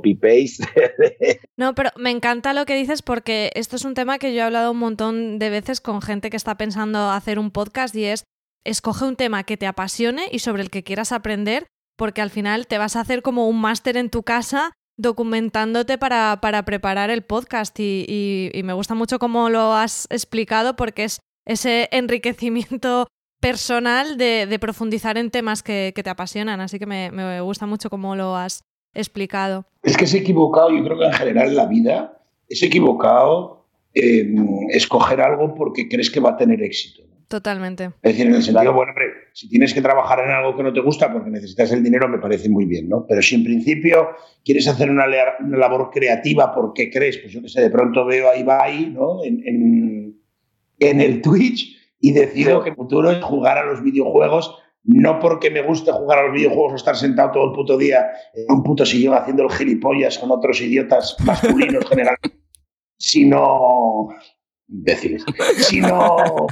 copy-paste. No, pero me encanta lo que dices porque esto es un tema que yo he hablado un montón de veces con gente que está pensando hacer un podcast y es, escoge un tema que te apasione y sobre el que quieras aprender, porque al final te vas a hacer como un máster en tu casa documentándote para, para preparar el podcast y, y, y me gusta mucho cómo lo has explicado porque es ese enriquecimiento personal de, de profundizar en temas que, que te apasionan, así que me, me gusta mucho cómo lo has explicado. Es que es equivocado, yo creo que en general en la vida es equivocado eh, escoger algo porque crees que va a tener éxito. Totalmente. Es decir, en el sentido, bueno, hombre, si tienes que trabajar en algo que no te gusta porque necesitas el dinero, me parece muy bien, ¿no? Pero si en principio quieres hacer una, una labor creativa porque crees, pues yo qué sé, de pronto veo a Ibai, ¿no? En, en, en el Twitch y decido que el futuro es jugar a los videojuegos, no porque me guste jugar a los videojuegos o estar sentado todo el puto día en un puto sillón haciendo el gilipollas con otros idiotas masculinos generalmente, sino... imbéciles, sino...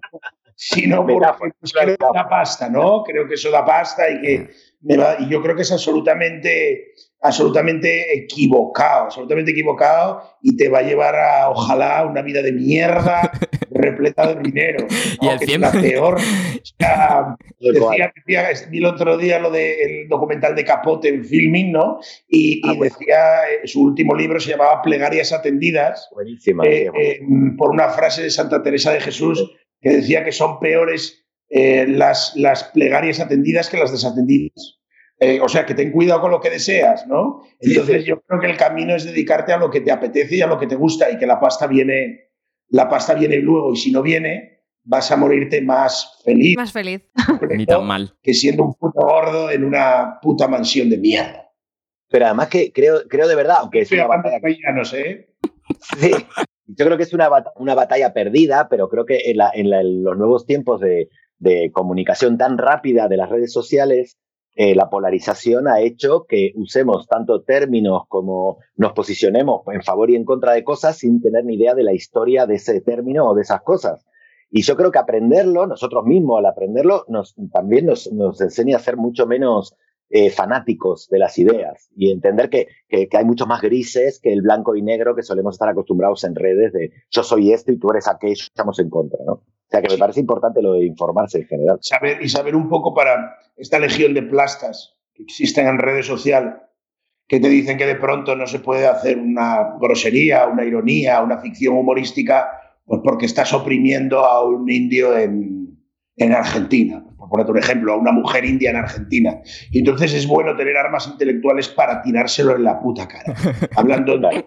sino porque pues, creo que da pasta, ¿no? Creo que eso da pasta y que me va, y yo creo que es absolutamente, absolutamente equivocado, absolutamente equivocado y te va a llevar a, ojalá, una vida de mierda repleta de dinero, ¿no? Y el que cien... es la peor. O sea, decía, decía, vi el otro día lo del documental de Capote en Filming, ¿no? Y, y ah, bueno. decía, su último libro se llamaba Plegarias Atendidas, buenísima, eh, eh, por una frase de Santa Teresa de Jesús que decía que son peores eh, las, las plegarias atendidas que las desatendidas. Eh, o sea, que ten cuidado con lo que deseas, ¿no? Entonces sí, sí. Yo creo que el camino es dedicarte a lo que te apetece y a lo que te gusta y que la pasta viene, la pasta viene luego y si no viene vas a morirte más feliz. Más feliz. Ni tan mal. Que siendo un puto gordo en una puta mansión de mierda. Pero además que creo, creo de verdad, aunque Estoy es una batalla... batalla... no sé. Sí. Yo creo que es una, bat- una batalla perdida, pero creo que en, la, en, la, en los nuevos tiempos de, de comunicación tan rápida de las redes sociales, eh, la polarización ha hecho que usemos tanto términos como nos posicionemos en favor y en contra de cosas sin tener ni idea de la historia de ese término o de esas cosas. Y yo creo que aprenderlo, nosotros mismos al aprenderlo, nos, también nos, nos enseña a ser mucho menos Eh, fanáticos de las ideas y entender que, que, que hay muchos más grises que el blanco y negro que solemos estar acostumbrados en redes de yo soy esto y tú eres aquello, estamos en contra, ¿no? O sea que me parece importante lo de informarse en general. Saber, y saber un poco para esta legión de plastas que existen en redes sociales que te dicen que de pronto no se puede hacer una grosería, una ironía, una ficción humorística pues porque estás oprimiendo a un indio en, en Argentina. Por ponerte un ejemplo, a una mujer india en Argentina. Y entonces es bueno tener armas intelectuales para tirárselo en la puta cara. Hablando de...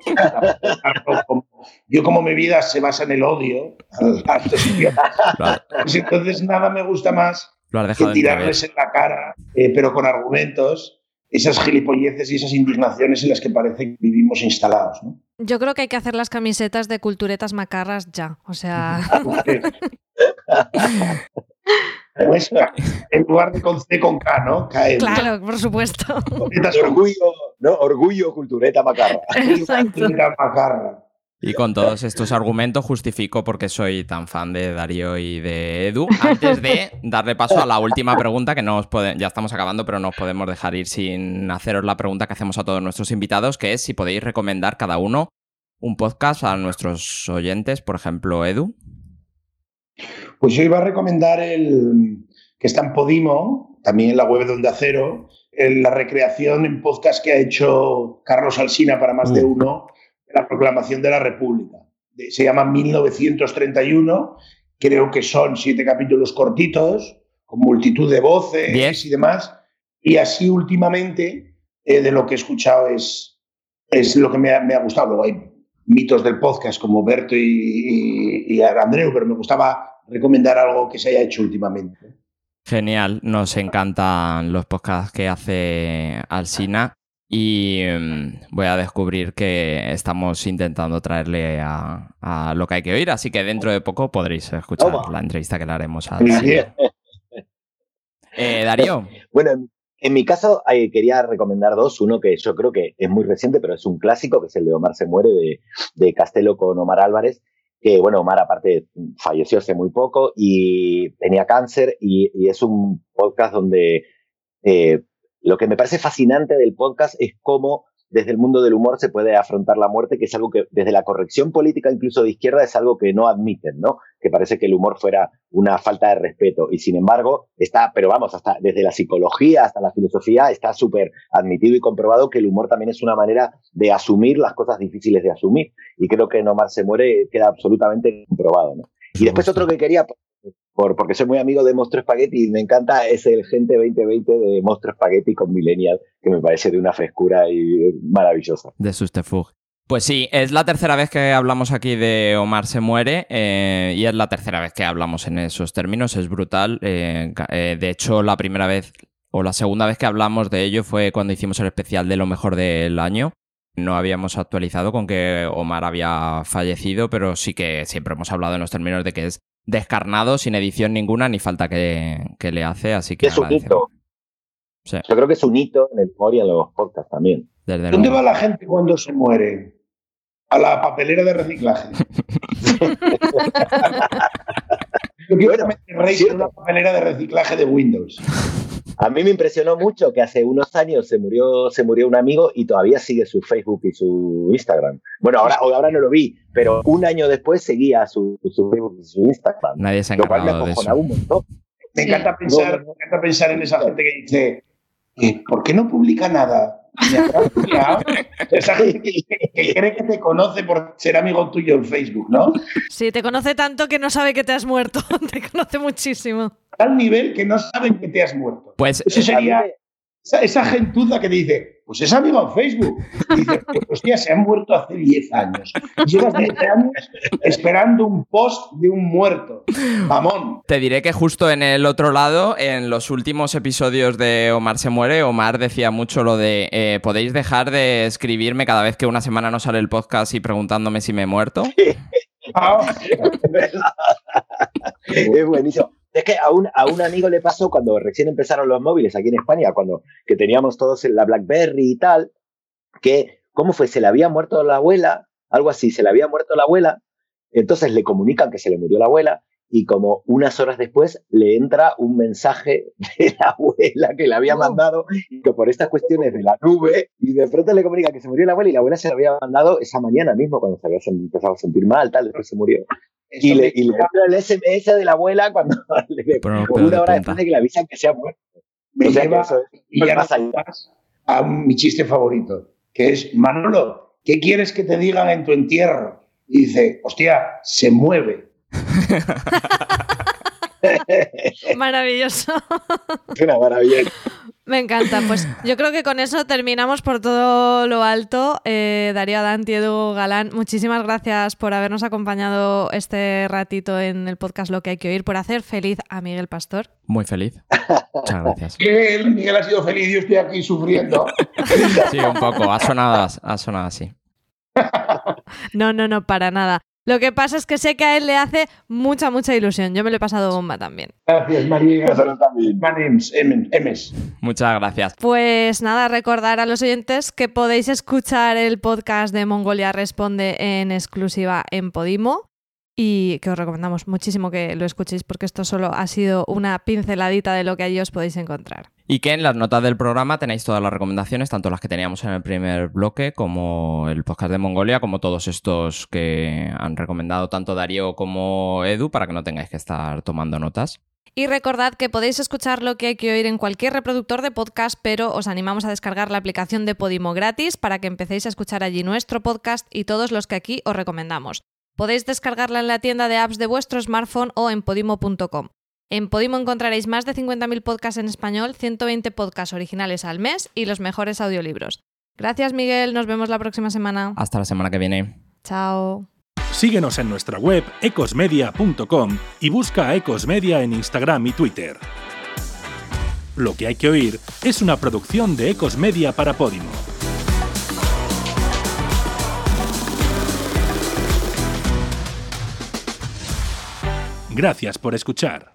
Yo como mi vida se basa en el odio, pues entonces nada me gusta más que tirarles en la cara, eh, pero con argumentos, esas gilipolleces y esas indignaciones en las que parece que vivimos instalados, ¿no? Yo creo que hay que hacer las camisetas de culturetas macarras ya, o sea... Pues, en lugar de con C, con K, ¿no? K M. Claro, por supuesto. Orgullo, ¿no? Orgullo Cultureta Macarra. Cultureta Macarra. Y con todos estos argumentos justifico por qué soy tan fan de Darío y de Edu. Antes de darle paso a la última pregunta, que no os pode... ya estamos acabando, pero no os podemos dejar ir sin haceros la pregunta que hacemos a todos nuestros invitados, que es si podéis recomendar cada uno un podcast a nuestros oyentes. Por ejemplo, Edu. Pues yo iba a recomendar el que está en Podimo, también en la web de Onda Cero, en la recreación en podcast que ha hecho Carlos Alsina para Más de Uno, la proclamación de la República. Se llama mil novecientos treinta y uno, creo que son siete capítulos cortitos, con multitud de voces Bien. y demás, y así últimamente eh, de lo que he escuchado es, es lo que me ha, me ha gustado. Luego hay mitos del podcast como Berto y, y, y Andreu, pero me gustaba recomendar algo que se haya hecho últimamente. Genial, nos encantan los podcasts que hace Alsina. Y um, voy a descubrir que estamos intentando traerle a, a Lo que hay que oír, así que dentro de poco podréis escuchar Toma. la entrevista que le haremos a eh, Darío. Bueno, en, en mi caso eh, quería recomendar dos. Uno que yo creo que es muy reciente, pero es un clásico, que es el de Omar se muere, de, de Castelo con Omar Álvarez. Que, bueno, Omar aparte falleció hace muy poco y tenía cáncer, y, y es un podcast donde... Eh, Lo que me parece fascinante del podcast es cómo desde el mundo del humor se puede afrontar la muerte, que es algo que desde la corrección política, incluso de izquierda, es algo que no admiten, ¿no? Que parece que el humor fuera una falta de respeto. Y sin embargo, está, pero vamos, hasta desde la psicología hasta la filosofía, está súper admitido y comprobado que el humor también es una manera de asumir las cosas difíciles de asumir. Y creo que en Omar se muere queda absolutamente comprobado, ¿no? Y después otro que quería... Por, porque soy muy amigo de Monstruo Spaghetti y me encanta, es el Gente veinte veinte de Monstruo Spaghetti con Millennial, que me parece de una frescura y maravillosa. De Sustefug. Pues sí, es la tercera vez que hablamos aquí de Omar se muere eh, y es la tercera vez que hablamos en esos términos, es brutal. Eh, eh, de hecho, la primera vez o la segunda vez que hablamos de ello fue cuando hicimos el especial de lo mejor del año. No habíamos actualizado con que Omar había fallecido, pero sí que siempre hemos hablado en los términos de que es descarnado, sin edición ninguna, ni falta que, que le hace, así que es un hito. Sí. Yo creo que es un hito en el humor y en los podcasts también. Desde ¿Dónde luego. va la gente cuando se muere? A la papelera de reciclaje. Yo quiero bueno, meter rey en una papelera de reciclaje de Windows. A mí me impresionó mucho que hace unos años se murió, se murió un amigo y todavía sigue su Facebook y su Instagram. Bueno, ahora, ahora no lo vi, pero un año después seguía su, su Facebook y su Instagram. Nadie se ha encargado de eso. Un montón. Me encanta pensar, no, no, no. me encanta pensar en esa gente que dice, eh, ¿por qué no publica nada? Esa gente que, que cree que te conoce por ser amigo tuyo en Facebook, ¿no? Sí, te conoce tanto que no sabe que te has muerto. Te conoce muchísimo. Al nivel que no saben que te has muerto. Pues eso sería esa, esa gentuza que dice, pues es amigo en Facebook. Y dice, pues hostia, se han muerto hace diez años. Llevas diez años esperando un post de un muerto. Mamón. Te diré que justo en el otro lado, en los últimos episodios de Omar se muere, Omar decía mucho lo de eh, podéis dejar de escribirme cada vez que una semana no sale el podcast y preguntándome si me he muerto. Es buenísimo. Es que a un, a un amigo le pasó cuando recién empezaron los móviles aquí en España, cuando que teníamos todos en la BlackBerry y tal, que, ¿cómo fue? Se le había muerto la abuela, algo así, se le había muerto la abuela, entonces le comunican que se le murió la abuela, y como unas horas después le entra un mensaje de la abuela que le había mandado, que por estas cuestiones de la nube, y de pronto le comunica que se murió la abuela, y la abuela se lo había mandado esa mañana mismo, cuando se había empezado a sentir mal, tal, después se murió. Y le, y le entra el ese eme ese de la abuela cuando le, pero, pero una hora de después de que le avisan que se ha muerto. Me o sea lleva, que eso es, y ya más a un, mi chiste favorito, que es, Manolo, ¿qué quieres que te digan en tu entierro? Y dice, hostia, se mueve. Maravilloso. Una maravilla. Me encanta. Pues yo creo que con eso terminamos por todo lo alto. Eh, Darío Adanti, Edu Galán, muchísimas gracias por habernos acompañado este ratito en el podcast Lo que hay que oír, por hacer feliz a Miguel Pastor. Muy feliz. Muchas gracias. Miguel, Miguel ha sido feliz, yo estoy aquí sufriendo. Sí, un poco. Ha sonado, ha sonado así. No, no, no, para nada. Lo que pasa es que sé que a él le hace mucha, mucha ilusión. Yo me lo he pasado bomba también. Gracias, María. Manems, Emes. Muchas gracias. Pues nada, recordar a los oyentes que podéis escuchar el podcast de Mongolia Responde en exclusiva en Podimo y que os recomendamos muchísimo que lo escuchéis porque esto solo ha sido una pinceladita de lo que allí os podéis encontrar. Y que en las notas del programa tenéis todas las recomendaciones, tanto las que teníamos en el primer bloque como el podcast de Mongolia, como todos estos que han recomendado tanto Darío como Edu, para que no tengáis que estar tomando notas. Y recordad que podéis escuchar lo que hay que oír en cualquier reproductor de podcast, pero os animamos a descargar la aplicación de Podimo gratis para que empecéis a escuchar allí nuestro podcast y todos los que aquí os recomendamos. Podéis descargarla en la tienda de apps de vuestro smartphone o en podimo punto com. En Podimo encontraréis más de cincuenta mil podcasts en español, ciento veinte podcasts originales al mes y los mejores audiolibros. Gracias, Miguel. Nos vemos la próxima semana. Hasta la semana que viene. Chao. Síguenos en nuestra web ecosmedia punto com y busca a Ecosmedia en Instagram y Twitter. Lo que hay que oír es una producción de Ecosmedia para Podimo. Gracias por escuchar.